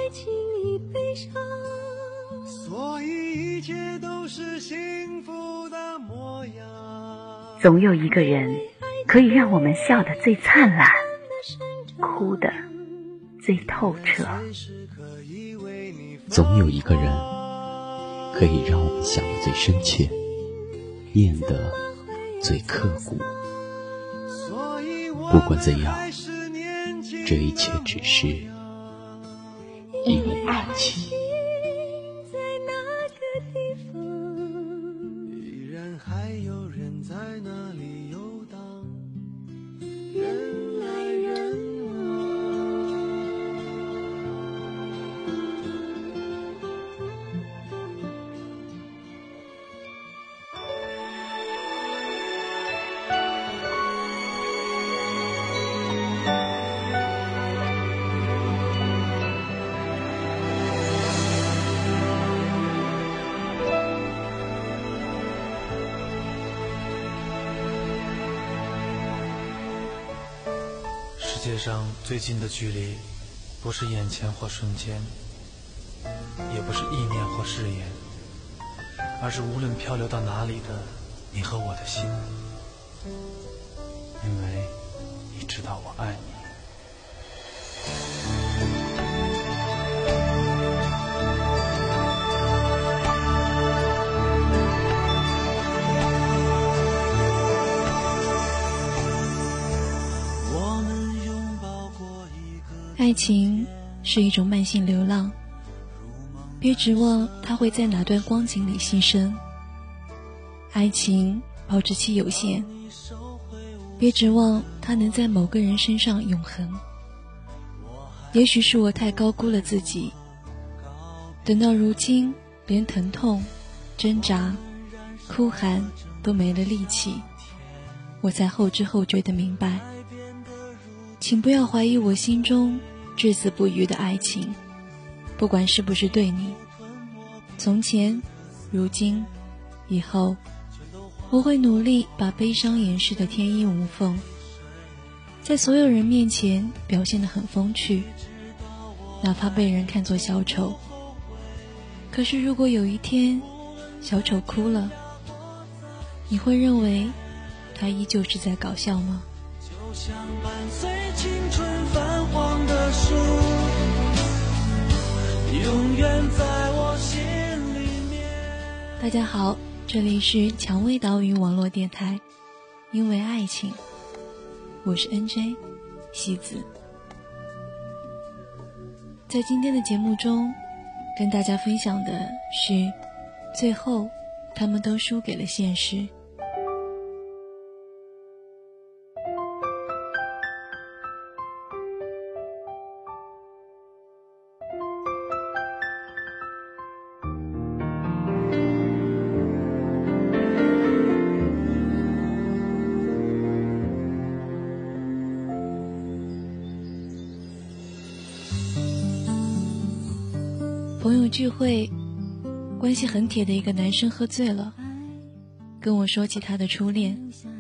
情已悲伤， 所以一切都是幸福的模样。 总有一个人可以让我们笑得最灿烂，哭得最透彻。 总有一个人可以让我们想得最深切，念得最刻骨。不管怎样，这一切只是因为爱情。 在那个地方， 依然还有人在那里游荡，人来人世界上最近的距离，不是眼前或瞬间，也不是意念或誓言，而是无论漂流到哪里的你和我的心，因为你知道我爱你。 爱情是一种慢性流浪，别指望它会在哪段光景里牺牲。爱情保质期有限，别指望它能在某个人身上永恒。也许是我太高估了自己，等到如今连疼痛、挣扎、哭喊都没了力气，我才后知后觉地明白，请不要怀疑我心中至死不渝的爱情，不管是不是对你。从前、如今、以后，我会努力把悲伤掩饰得天衣无缝，在所有人面前表现得很风趣，哪怕被人看作小丑。可是如果有一天小丑哭了，你会认为他依旧是在搞笑吗？ 就像伴随青春泛黄的树，永远在我心里面。 大家好，这里是蔷薇岛屿网络电台，因为爱情，我是 NJ 西子。在今天的节目中，跟大家分享的是，最后他们都输给了现实。朋友聚会，关系很铁的一个男生喝醉了，跟我说起他的初恋。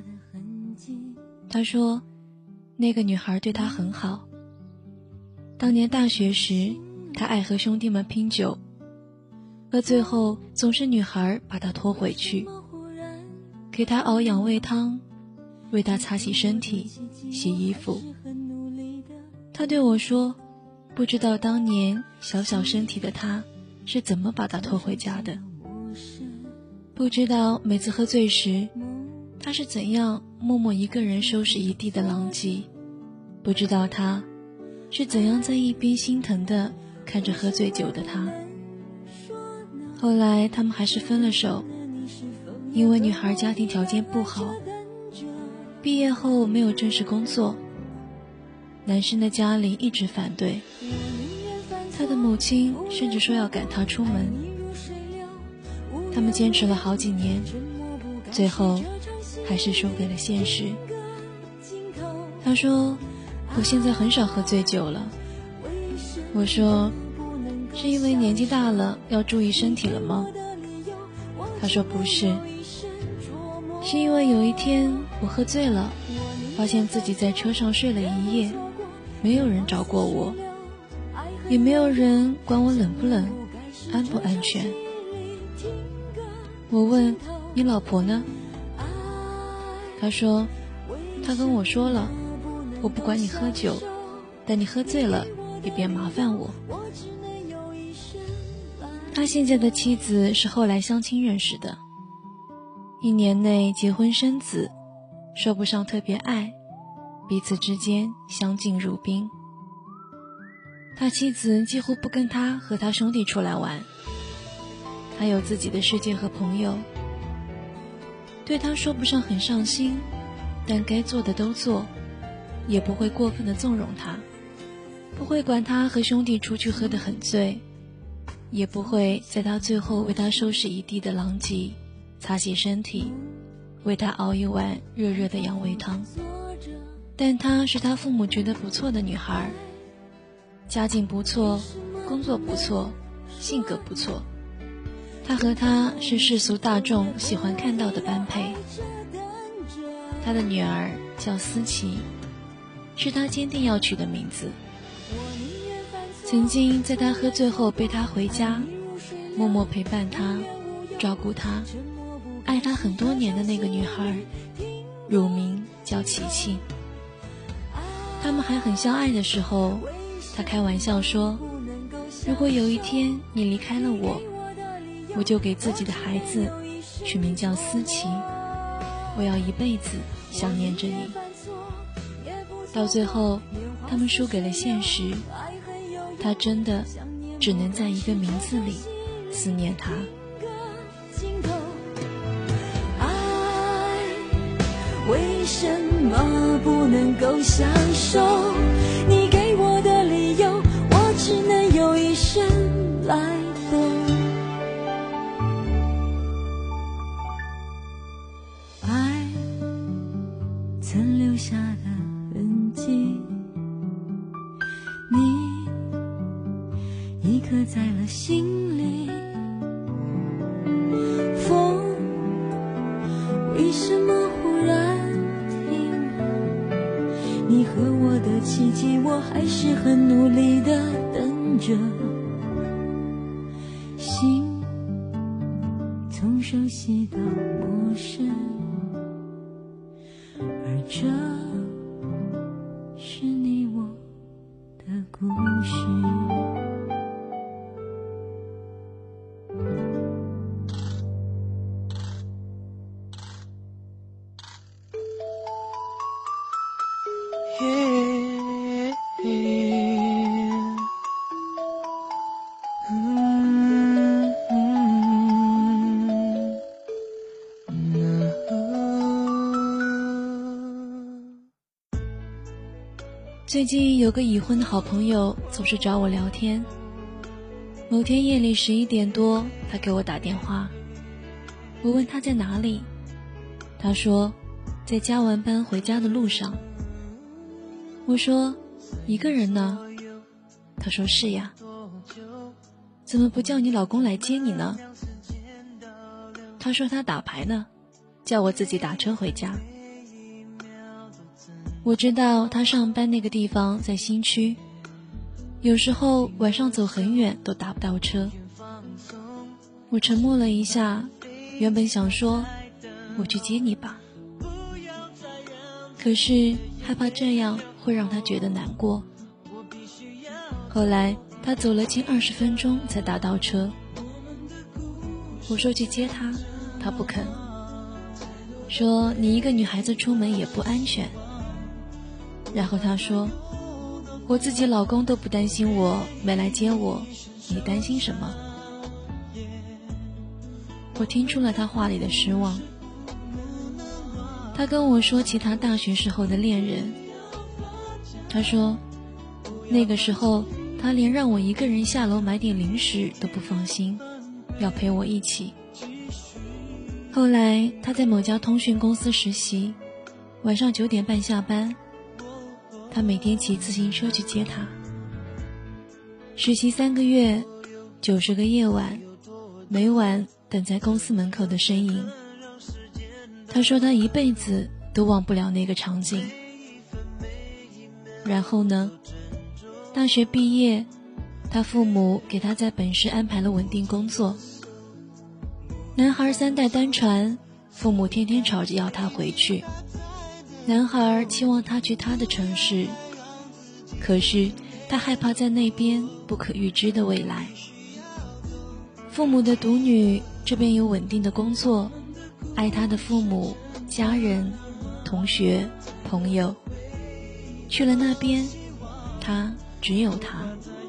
他说那个女孩对他很好，当年大学时他爱和兄弟们拼酒，喝醉后总是女孩把他拖回去，给他熬养胃汤，为他擦洗身体、洗衣服。他对我说，不知道当年小小身体的他是怎么把他拖回家的，不知道每次喝醉时他是怎样默默一个人收拾一地的狼藉，不知道他是怎样在一边心疼地看着喝醉酒的他。后来他们还是分了手，因为女孩家庭条件不好，毕业后没有正式工作，男生的家里一直反对，他的母亲甚至说要赶他出门。他们坚持了好几年，最后还是输给了现实。他说，我现在很少喝醉酒了。我说，是因为年纪大了要注意身体了吗？他说不是，是因为有一天我喝醉了，发现自己在车上睡了一夜，没有人找过我， 也没有人管我冷不冷，安不安全。我问你老婆呢？他说他跟我说了，我不管你喝酒，但你喝醉了也别麻烦我。他现在的妻子是后来相亲认识的，1年内结婚生子，说不上特别爱，彼此之间相敬如宾。他妻子几乎不跟他和他兄弟出来玩，他有自己的世界和朋友，对他说不上很上心，但该做的都做，也不会过分的纵容他，不会管他和兄弟出去喝得很醉，也不会在他最后为他收拾一地的狼藉，擦洗身体，为他熬一碗热热的羊胃汤。但她是他父母觉得不错的女孩，家境不错，工作不错，性格不错，他和她是世俗大众喜欢看到的般配。他的女儿叫思琪，是他坚定要取的名字。曾经在他喝醉后背他回家，默默陪伴他，照顾他，爱他很多年的那个女孩，乳名叫琪琪。他们还很相爱的时候，他开玩笑说，如果有一天你离开了我，我就给自己的孩子取名叫思琪，我要一辈子想念着你。到最后他们输给了现实，他真的只能在一个名字里思念他。 爱为什么不能够享受？你给我的理由，我只能用一生来懂。爱曾留下的痕迹，你已刻在了心里。风为什么忽然停了？你和我的奇迹，我还是很努力地等着。心从熟悉到陌生，而这是你我的故事。 最近有个已婚的好朋友总是找我聊天。某天夜里11点多，他给我打电话，我问他在哪里，他说在加完班回家的路上。我说一个人呢？他说是呀。怎么不叫你老公来接你呢？他说他打牌呢，叫我自己打车回家。我知道他上班那个地方在新区，有时候晚上走很远都打不到车。我沉默了一下，原本想说我去接你吧，可是害怕这样会让他觉得难过。后来他走了近20分钟才打到车，我说去接他，他不肯，说你一个女孩子出门也不安全。然后他说，我自己老公都不担心我没来接我，你担心什么？我听出了他话里的失望。他跟我说起他大学时候的恋人，他说那个时候他连让我一个人下楼买点零食都不放心，要陪我一起。后来他在某家通讯公司实习，晚上9点半下班，他每天骑自行车去接他。实习3个月，90个夜晚，每晚等在公司门口的身影。他说他一辈子都忘不了那个场景。然后呢，大学毕业， 他父母给他在本市安排了稳定工作。男孩3代单传，父母天天吵着要他回去。男孩期望他去他的城市，可是他害怕在那边不可预知的未来。父母的独女，这边有稳定的工作，爱他的父母、家人、同学、朋友。去了那边，他只有他。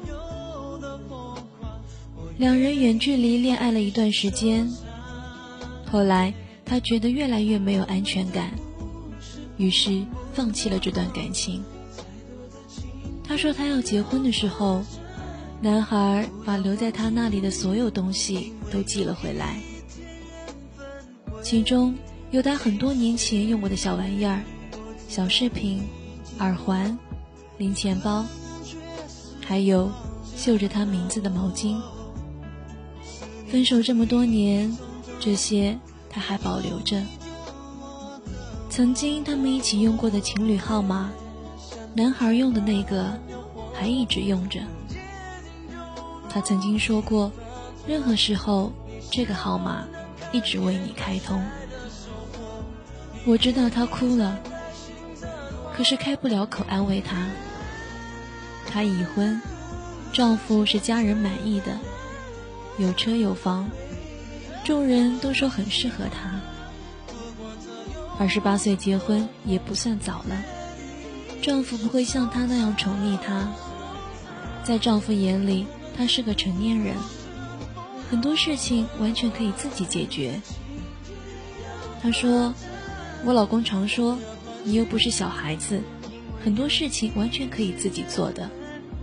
两人远距离恋爱了一段时间，后来他觉得越来越没有安全感，于是放弃了这段感情。他说他要结婚的时候，男孩把留在他那里的所有东西都寄了回来，其中有他很多年前用过的小玩意儿，小饰品、耳环、零钱包，还有绣着他名字的毛巾。分手这么多年，这些他还保留着。曾经他们一起用过的情侣号码，男孩用的那个还一直用着。他曾经说过，任何时候这个号码一直为你开通。我知道他哭了，可是开不了口安慰他。他已婚，丈夫是家人满意的，有车有房，众人都说很适合他。28岁结婚也不算早了，丈夫不会像他那样宠溺她。在丈夫眼里，他是个成年人，很多事情完全可以自己解决。他说，我老公常说，你又不是小孩子，很多事情完全可以自己做的。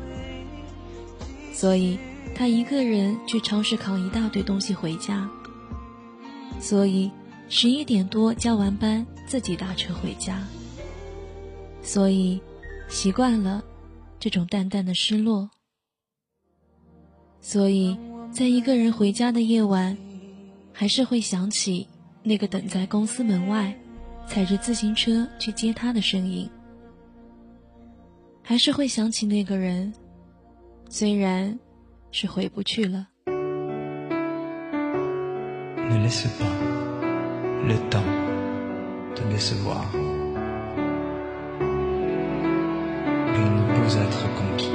所以他一个人去超市扛一大堆东西回家，所以11点多交完班自己打车回家，所以习惯了这种淡淡的失落。所以在一个人回家的夜晚，还是会想起那个等在公司门外踩着自行车去接他的身影，还是会想起那个人，虽然是回不去了。 Ne laisse pas le temps te décevoir. Il ne peut être conquis.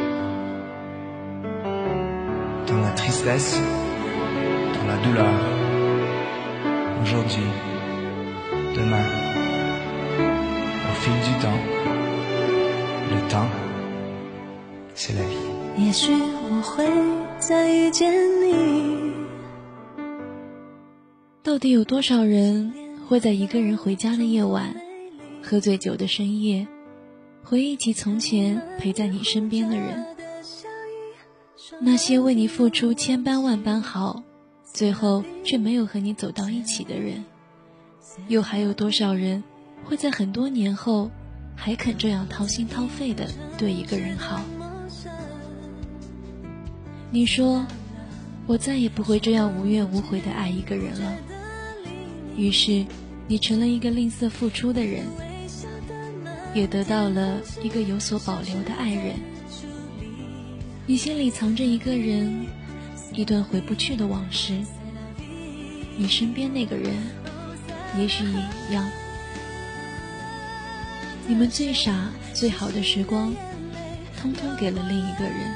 Dans la tristesse, dans la douleur, aujourd'hui, demain, au fil du temps, le temps, c'est la vie. 也许我会再遇见你。 到底有多少人会在一个人回家的夜晚，喝醉酒的深夜，回忆起从前陪在你身边的人，那些为你付出千般万般好，最后却没有和你走到一起的人？又还有多少人会在很多年后还肯这样掏心掏肺的对一个人好？你说，我再也不会这样无怨无悔地爱一个人了。于是你成了一个吝啬付出的人，也得到了一个有所保留的爱人。你心里藏着一个人，一段回不去的往事。你身边那个人也许也一样。你们最傻最好的时光通通给了另一个人。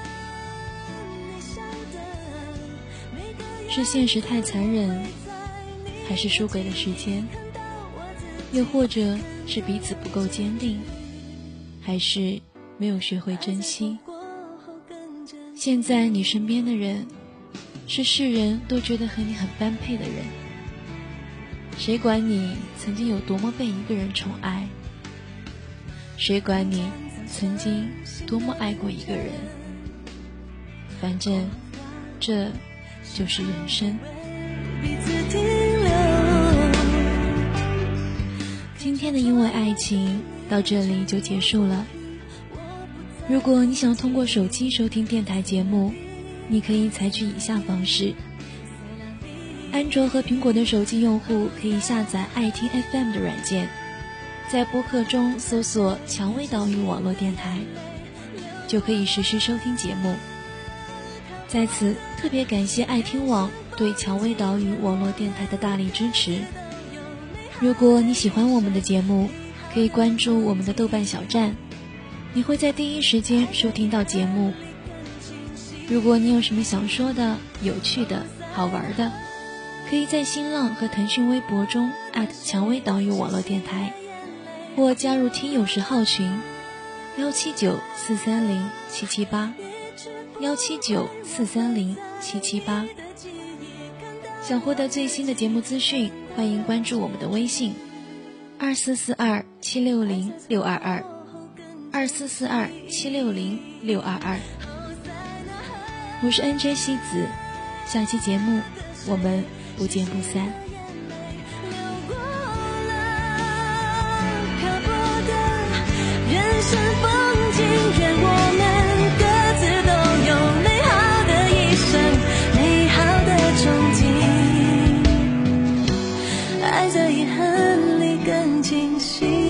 是现实太残忍，还是输给了时间？又或者是彼此不够坚定，还是没有学会珍惜？现在你身边的人，是世人都觉得和你很般配的人。谁管你曾经有多么被一个人宠爱？谁管你曾经多么爱过一个人？反正这就是人生。今天的因为爱情到这里就结束了。如果你想通过手机收听电台节目，你可以采取以下方式。安卓和苹果的手机用户可以下载爱听 FM 的软件，在播客中搜索蔷薇岛屿网络电台，就可以实时收听节目。 在此特别感谢爱听网对蔷薇岛屿网络电台的大力支持。如果你喜欢我们的节目，可以关注我们的豆瓣小站，你会在第一时间收听到节目。如果你有什么想说的、有趣的、好玩的，可以在新浪和腾讯微博中蔷薇岛屿网络电台，或加入听友10号群179-430-778，179-430-778。想获得最新的节目资讯，欢迎关注我们的微信2442-760-622，2442-760-622。我是 NJ 西子，下期节目我们不见不散。 人生风景，愿我们各自都有美好的一生，美好的憧憬，爱在遗憾里更清晰。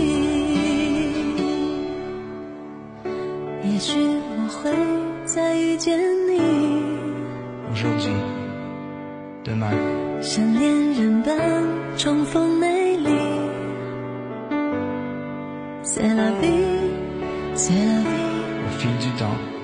也许我会再遇见你。 Aujourd'hui, demain, 像恋人般重逢美丽。C'est la vie, c'est la vie. au fil du temps,